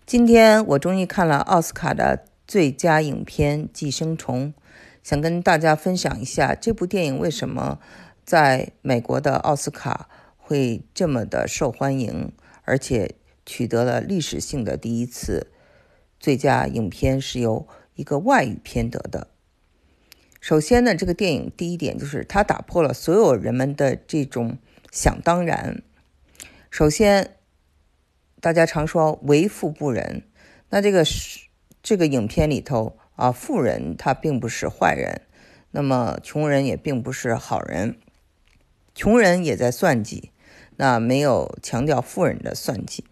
今天我终于看了奥斯卡的最佳影片《寄生虫》，想跟大家分享一下这部电影为什么在美国的奥斯卡会这么的受欢迎，而且取得了历史性的第一次最佳影片是由一个外语片得的。首先呢，这个电影第一点就是它打破了所有人们的这种想当然。首先，大家常说为富不仁，那这个影片里头啊，富人他并不是坏人，那么穷人也并不是好人，穷人也在算计，那没有强调富人的算计。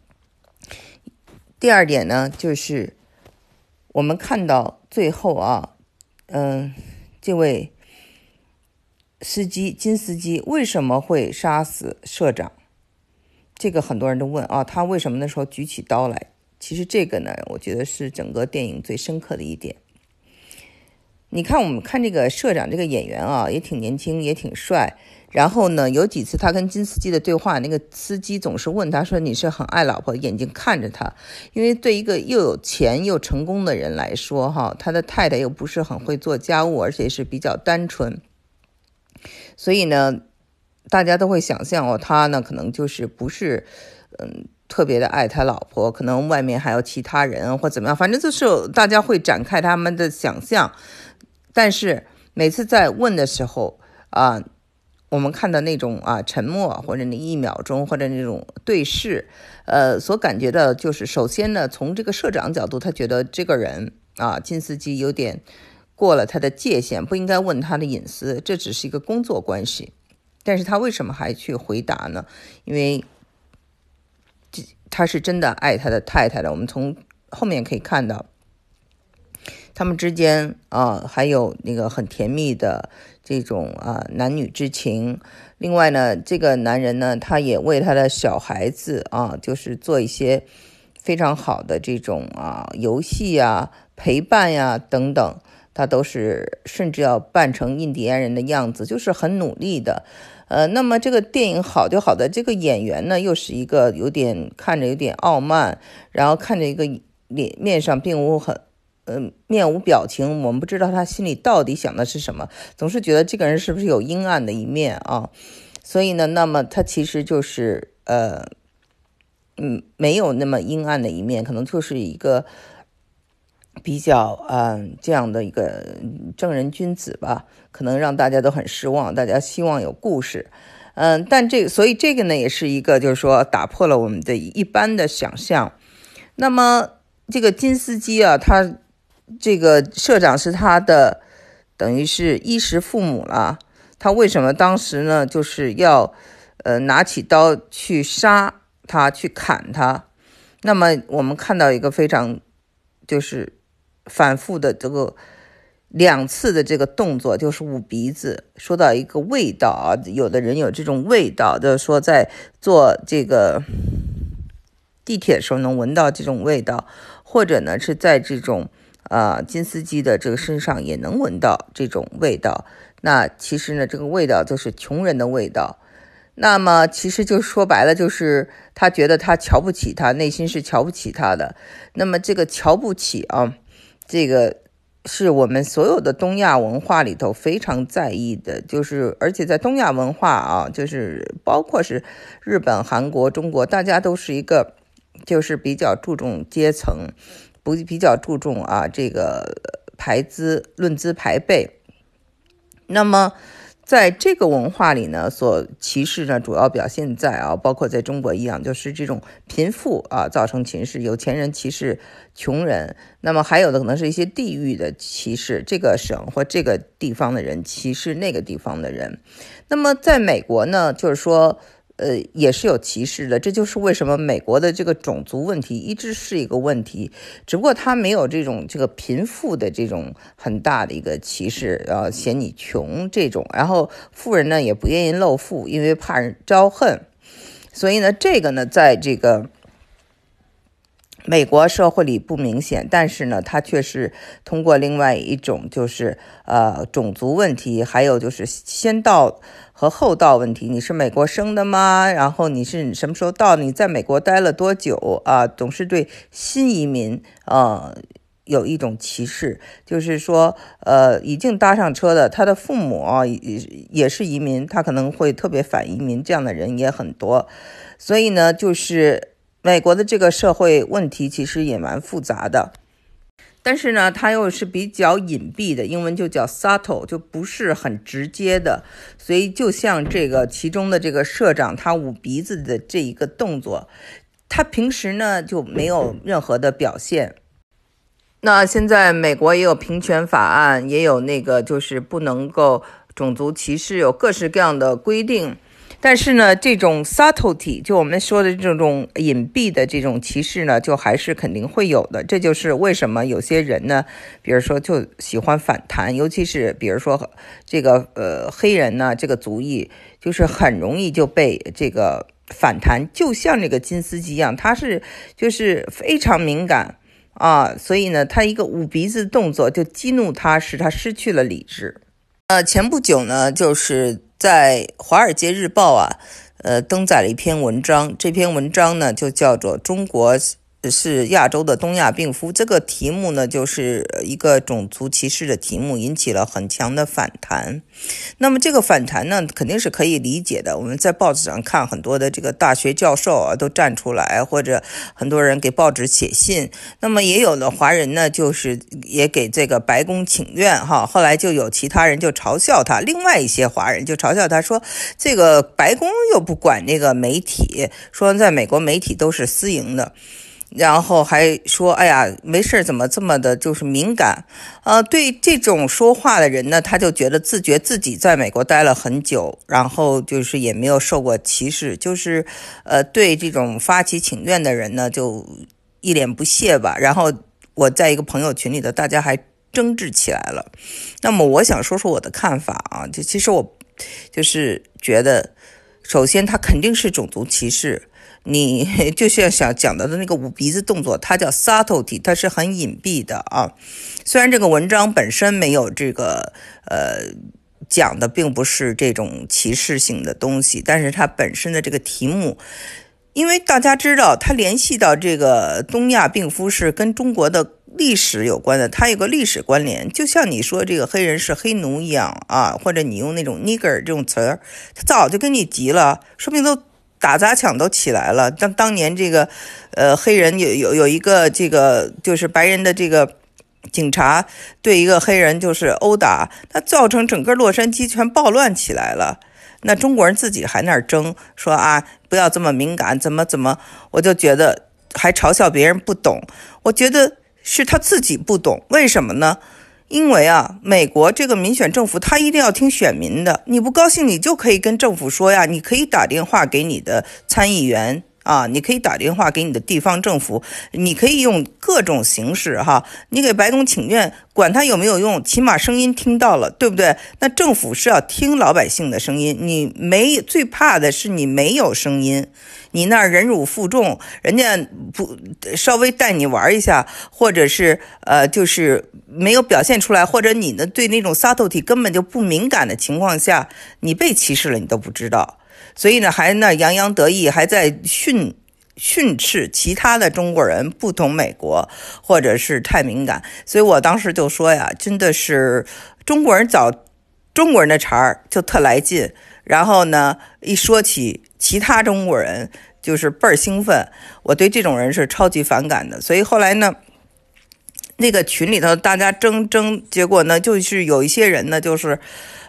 第二点呢，就是我们看到最后啊，这位金司机为什么会杀死社长？这个很多人都问啊，他为什么那时候举起刀来？其实这个呢，我觉得是整个电影最深刻的一点。你看，我们看这个社长这个演员啊，也挺年轻，也挺帅。然后呢，有几次他跟金司机的对话，那个司机总是问他说：“你是很爱老婆？”眼睛看着他，因为对一个又有钱又成功的人来说，哈，他的太太又不是很会做家务，而且是比较单纯，所以呢，大家都会想象哦，他呢可能就是不是特别的爱他老婆，可能外面还有其他人或怎么样，反正就是大家会展开他们的想象。但是每次在问的时候啊，我们看到那种沉默，或者那1秒钟，或者那种对视，所感觉的就是，首先呢，从这个社长角度，他觉得这个人金司机有点过了他的界限，不应该问他的隐私，这只是一个工作关系。但是他为什么还去回答呢？因为他是真的爱他的太太的。我们从后面可以看到，他们之间还有那个很甜蜜的这种男女之情。另外呢，这个男人呢，他也为他的小孩子就是做一些非常好的这种游戏陪伴等等，他都是甚至要扮成印第安人的样子，就是很努力的。那么这个电影好就好在这个演员呢，又是一个看着有点傲慢，然后看着一个面上并无面无表情，我们不知道他心里到底想的是什么，总是觉得这个人是不是有阴暗的一面啊？所以呢，那么他其实就是没有那么阴暗的一面，可能就是一个比较这样的一个正人君子吧，可能让大家都很失望，大家希望有故事。所以这个呢也是一个就是说打破了我们的一般的想象。那么这个金司机他这个社长是他的等于是衣食父母了，他为什么当时呢就是要拿起刀去杀他，去砍他？那么我们看到一个非常就是反复的这个2次的这个动作，就是捂鼻子。说到一个味道有的人有这种味道，就是说在坐这个地铁的时候能闻到这种味道，或者呢是在这种金司机的这个身上也能闻到这种味道。那其实呢，这个味道就是穷人的味道。那么其实就说白了，就是他觉得他瞧不起他，内心是瞧不起他的。那么这个瞧不起这个是我们所有的东亚文化里头非常在意的，就是而且在东亚文化就是包括是日本、韩国、中国，大家都是一个就是比较注重阶层，比较注重这个论资排辈。那么在这个文化里呢，所歧视呢，主要表现在包括在中国一样，就是这种贫富造成歧视，有钱人歧视穷人。那么还有的可能是一些地域的歧视，这个省或这个地方的人歧视那个地方的人。那么在美国呢，就是说也是有歧视的，这就是为什么美国的这个种族问题一直是一个问题，只不过他没有这个贫富的这种很大的一个歧视，嫌你穷这种，然后富人呢也不愿意露富，因为怕人招恨。所以呢，这个呢，在这个美国社会里不明显，但是呢，它却是通过另外一种就是种族问题，还有就是先到和后到问题。你是美国生的吗？然后你是什么时候到？你在美国待了多久啊？总是对新移民有一种歧视，就是说已经搭上车的，他的父母也是移民，他可能会特别反移民，这样的人也很多。所以呢，就是美国的这个社会问题其实也蛮复杂的，但是呢，它又是比较隐蔽的，英文就叫 subtle， 就不是很直接的。所以就像这个其中的这个社长，他捂鼻子的这一个动作，他平时呢就没有任何的表现。那现在美国也有平权法案，也有那个就是不能够种族歧视，有各式各样的规定。但是呢，这种 subtlety， 就我们说的这种隐蔽的这种歧视呢，就还是肯定会有的。这就是为什么有些人呢，比如说就喜欢反弹，尤其是比如说这个黑人呢，这个族裔就是很容易就被这个反弹，就像这个金斯基一样，他是就是非常敏感啊，所以呢，他一个捂鼻子动作就激怒他，使他失去了理智。前不久呢，就是在《华尔街日报》登载了一篇文章，这篇文章呢就叫做《中国是亚洲的东亚病夫》。这个题目呢就是一个种族歧视的题目，引起了很强的反弹。那么这个反弹呢肯定是可以理解的，我们在报纸上看很多的这个大学教授都站出来，或者很多人给报纸写信，那么也有的华人呢就是也给这个白宫请愿后来就有其他人就嘲笑他，另外一些华人就嘲笑他说，这个白宫又不管那个媒体，说在美国媒体都是私营的，然后还说哎呀没事怎么这么的就是敏感对这种说话的人呢，他就觉自己在美国待了很久，然后就是也没有受过歧视，就是对这种发起请愿的人呢就一脸不屑吧。然后我在一个朋友群里头，大家还争执起来了。那么我想说说我的看法就其实我就是觉得，首先他肯定是种族歧视，你就像想讲的那个捂鼻子动作，它叫 subtlety， 它是很隐蔽的虽然这个文章本身没有这个讲的并不是这种歧视性的东西，但是它本身的这个题目，因为大家知道它联系到这个东亚病夫是跟中国的历史有关的，它有个历史关联，就像你说这个黑人是黑奴一样或者你用那种 nigger 这种词儿，他早就跟你急了，说不定都打砸抢都起来了。当年这个黑人有一个这个就是白人的这个警察对一个黑人就是殴打，那造成整个洛杉矶全暴乱起来了。那中国人自己还那儿争说不要这么敏感，怎么，我就觉得还嘲笑别人不懂，我觉得是他自己不懂。为什么呢？因为美国这个民选政府他一定要听选民的，你不高兴你就可以跟政府说你可以打电话给你的参议员你可以打电话给你的地方政府，你可以用各种形式你给白宫请愿，管他有没有用，起码声音听到了，对不对？那政府是要听老百姓的声音，你最怕的是你没有声音，你那儿忍辱负重，人家不稍微带你玩一下，或者是就是没有表现出来，或者你呢对那种 subtlety 根本就不敏感的情况下，你被歧视了你都不知道。所以呢还那洋洋得意，还在训斥其他的中国人不懂美国，或者是太敏感。所以我当时就说真的是中国人找中国人的茬儿就特来劲，然后呢一说起其他中国人就是倍儿兴奋，我对这种人是超级反感的。所以后来呢那个群里头大家争，结果呢就是有一些人呢就是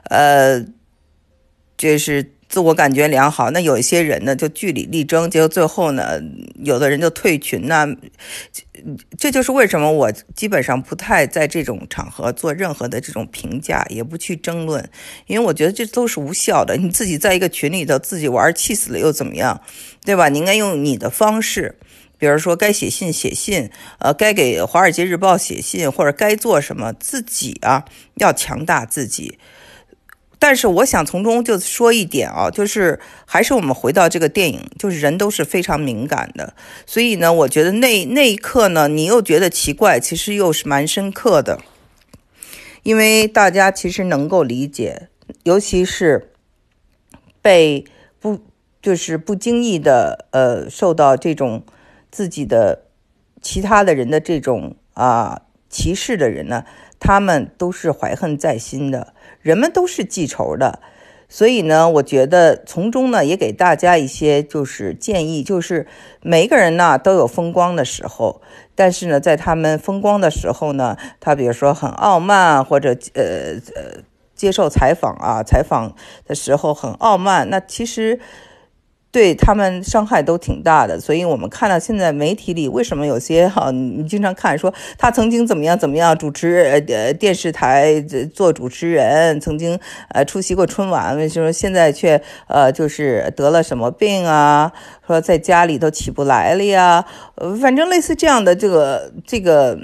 就是自我感觉良好，那有一些人呢就据理力争，结果最后呢有的人就退群这就是为什么我基本上不太在这种场合做任何的这种评价，也不去争论，因为我觉得这都是无效的。你自己在一个群里头自己玩气死了又怎么样，对吧？你应该用你的方式，比如说该写信写信该给华尔街日报写信，或者该做什么，自己要强大自己。 但是我想从中就说一点啊，就是还是我们回到这个电影，就是人都是非常敏感的，所以呢，我觉得那一刻呢，你又觉得奇怪，其实又是蛮深刻的，因为大家其实能够理解，尤其是被不经意的受到这种自己的其他的人的这种歧视的人呢，他们都是怀恨在心的，人们都是记仇的。所以呢，我觉得从中呢也给大家一些就是建议，就是每一个人呢都有风光的时候，但是呢，在他们风光的时候呢，他比如说很傲慢，或者接受采访的时候很傲慢，那其实对他们伤害都挺大的。所以我们看到现在媒体里为什么有些你经常看说他曾经怎么样主持电视台做主持人，曾经出席过春晚，为什么现在却就是得了什么病啊，说在家里都起不来了呀，反正类似这样的这个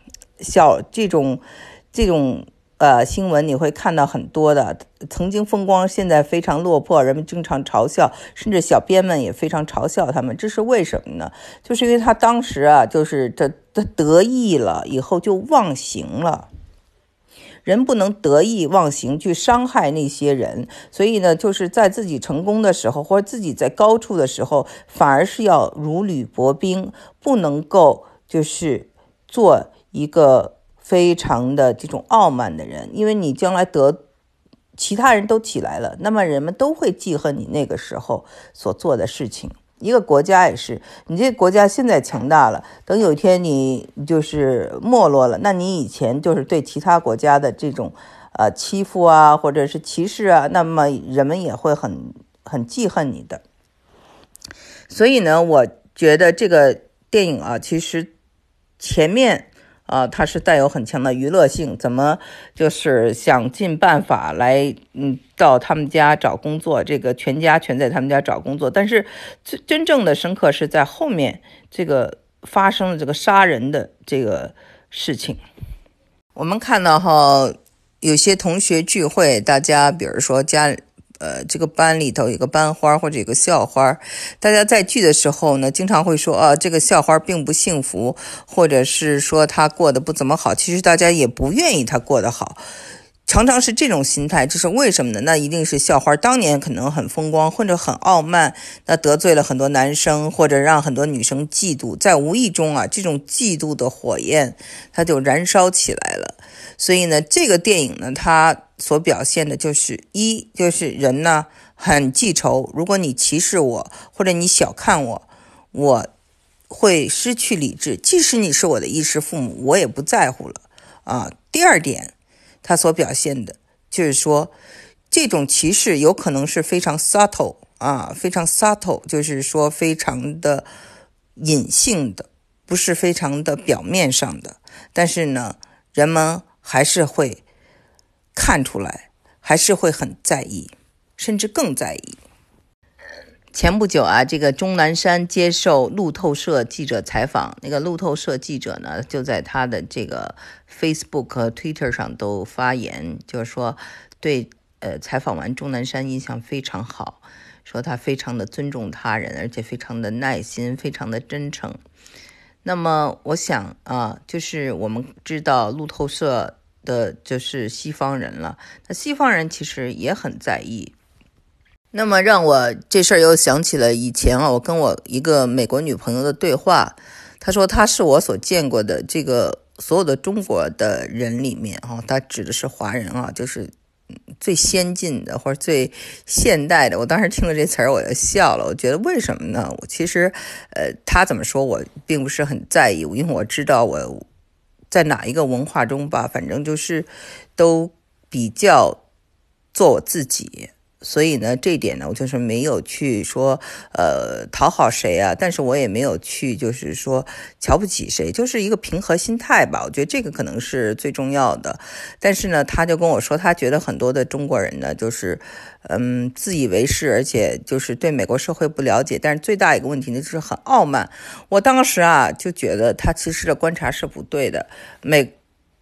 这种新闻你会看到很多的，曾经风光，现在非常落魄，人们经常嘲笑，甚至小编们也非常嘲笑他们，这是为什么呢？就是因为他当时就是他得意了以后就忘形了。人不能得意忘形去伤害那些人，所以呢，就是在自己成功的时候，或者自己在高处的时候，反而是要如履薄冰，不能够就是做一个非常的这种傲慢的人，因为你将来其他人都起来了，那么人们都会记恨你那个时候所做的事情。一个国家也是，你这个国家现在强大了，等有一天你就是没落了，那你以前就是对其他国家的这种欺负或者是歧视那么人们也会很记恨你的。所以呢，我觉得这个电影其实前面它是带有很强的娱乐性，怎么就是想尽办法来到他们家找工作，这个全家全在他们家找工作，但是真正的深刻是在后面这个发生了这个杀人的这个事情。我们看到有些同学聚会，大家比如说这个班里头有个班花或者有个校花，大家在聚的时候呢，经常会说这个校花并不幸福，或者是说她过得不怎么好，其实大家也不愿意她过得好，常常是这种心态。这是为什么呢？那一定是校花当年可能很风光，或者很傲慢，那得罪了很多男生，或者让很多女生嫉妒，在无意中这种嫉妒的火焰它就燃烧起来了。所以呢，这个电影呢，它所表现的就是就是人呢很记仇，如果你歧视我或者你小看我，我会失去理智，即使你是我的衣食父母，我也不在乎了第二点，他所表现的就是说，这种歧视有可能是非常 subtle 非常 subtle， 就是说非常的隐性的，不是非常的表面上的，但是呢，人们还是会看出来，还是会很在意，甚至更在意。前不久这个钟南山接受路透社记者采访，那个路透社记者呢，就在他的这个 Facebook 和 Twitter 上都发言，就是说对采访完钟南山印象非常好，说他非常的尊重他人，而且非常的耐心，非常的真诚。那么我想就是我们知道路透社的就是西方人了，那西方人其实也很在意。那么让我这事儿又想起了以前我跟我一个美国女朋友的对话，她说她是我所见过的这个所有的中国的人里面她指的是华人就是最先进的或者最现代的。我当时听了这词儿我就笑了，我觉得为什么呢？我其实他怎么说我并不是很在意，因为我知道我在哪一个文化中吧，反正就是都比较做我自己。所以呢，这一点呢，我就是没有去说讨好谁但是我也没有去就是说瞧不起谁，就是一个平和心态吧。我觉得这个可能是最重要的。但是呢，他就跟我说，他觉得很多的中国人呢，就是自以为是，而且就是对美国社会不了解。但是最大一个问题呢，就是很傲慢。我当时就觉得他其实的观察是不对的。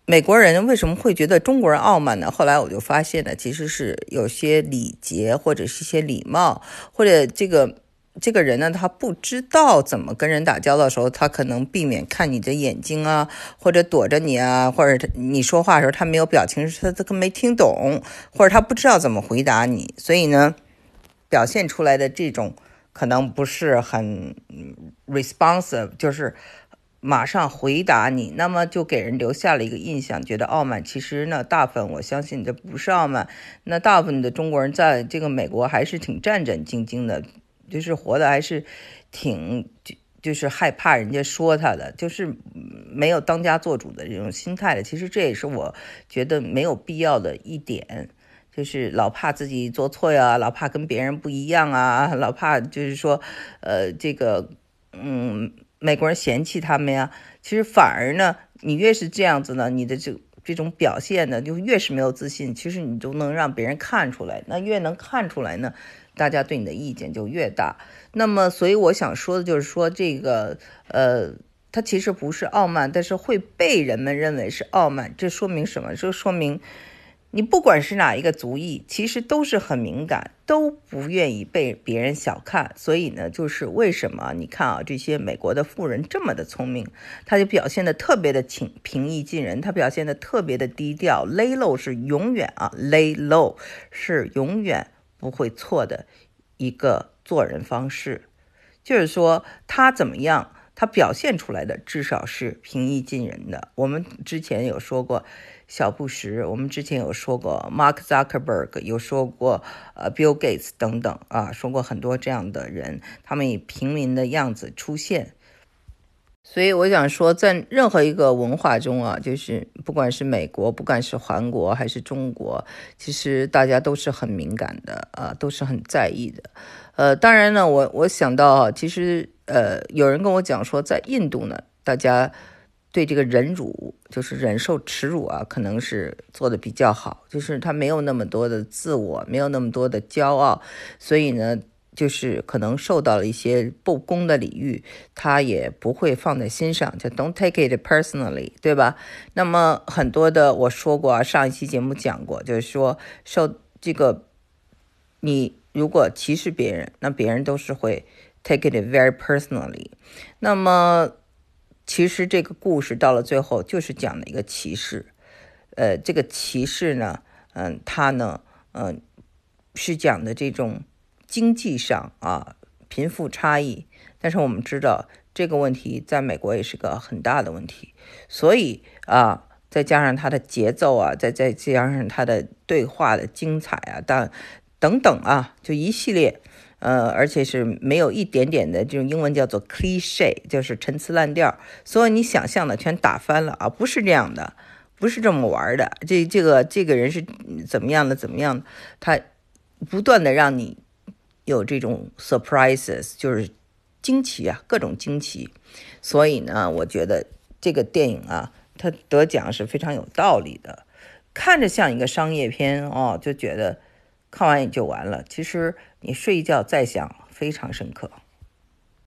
美国人为什么会觉得中国人傲慢呢？后来我就发现呢，其实是有些礼节或者是一些礼貌，或者这个人呢，他不知道怎么跟人打交道的时候，他可能避免看你的眼睛啊，或者躲着你啊，或者你说话的时候他没有表情，他这个没听懂，或者他不知道怎么回答你，所以呢，表现出来的这种可能不是很responsive，就是马上回答你，那么就给人留下了一个印象，觉得傲慢。其实呢，大部分我相信这不是傲慢，那大部分的中国人在这个美国还是挺战战兢兢的，就是活的还是挺就是害怕人家说他的，就是没有当家做主的这种心态的。其实这也是我觉得没有必要的一点。就是老怕自己做错呀，老怕跟别人不一样啊，老怕就是说，这个，美国人嫌弃他们呀。其实反而呢，你越是这样子呢，你的这种表现呢，就越是没有自信。其实你都能让别人看出来，那越能看出来呢，大家对你的意见就越大。那么，所以我想说的就是说，这个，他其实不是傲慢，但是会被人们认为是傲慢。这说明什么？这说明你不管是哪一个族裔，其实都是很敏感，都不愿意被别人小看。所以呢，就是为什么你看啊，这些美国的富人这么的聪明，他就表现的特别的平易近人，他表现的特别的低调，lay low 是永远lay low 是永远不会错的一个做人方式。就是说他怎么样，他表现出来的至少是平易近人的。我们之前有说过小布什，我们之前有说过 Mark Zuckerberg， 有说过Bill Gates 等等啊，说过很多这样的人，他们以平民的样子出现。所以我想说，在任何一个文化中啊，就是不管是美国，不管是韩国还是中国，其实大家都是很敏感的啊，都是很在意的。当然呢，我想到其实有人跟我讲说，在印度呢，大家对这个忍辱，就是忍受耻辱啊，可能是做的比较好，就是他没有那么多的自我，没有那么多的骄傲，所以呢，就是可能受到了一些不公的礼遇，他也不会放在心上，就 don't take it personally， 对吧？那么很多的我说过啊，上一期节目讲过，就是说受这个你如果歧视别人，那别人都是会 take it very personally。那么其实这个故事到了最后就是讲的一个歧视。这个歧视呢，它呢，是讲的这种经济上啊，贫富差异。但是我们知道这个问题在美国也是个很大的问题，所以啊，再加上它的节奏啊，再加上它的对话的精彩啊，等等啊，就一系列。而且是没有一点点的这种英文叫做 cliché， 就是陈词滥调，所以你想象的全打翻了啊，不是这样的，不是这么玩的。这个人是怎么样的，他不断的让你有这种 surprises， 就是惊奇啊，各种惊奇。所以呢，我觉得这个电影啊，它得奖是非常有道理的。看着像一个商业片就觉得看完也就完了，其实你睡一觉再想非常深刻。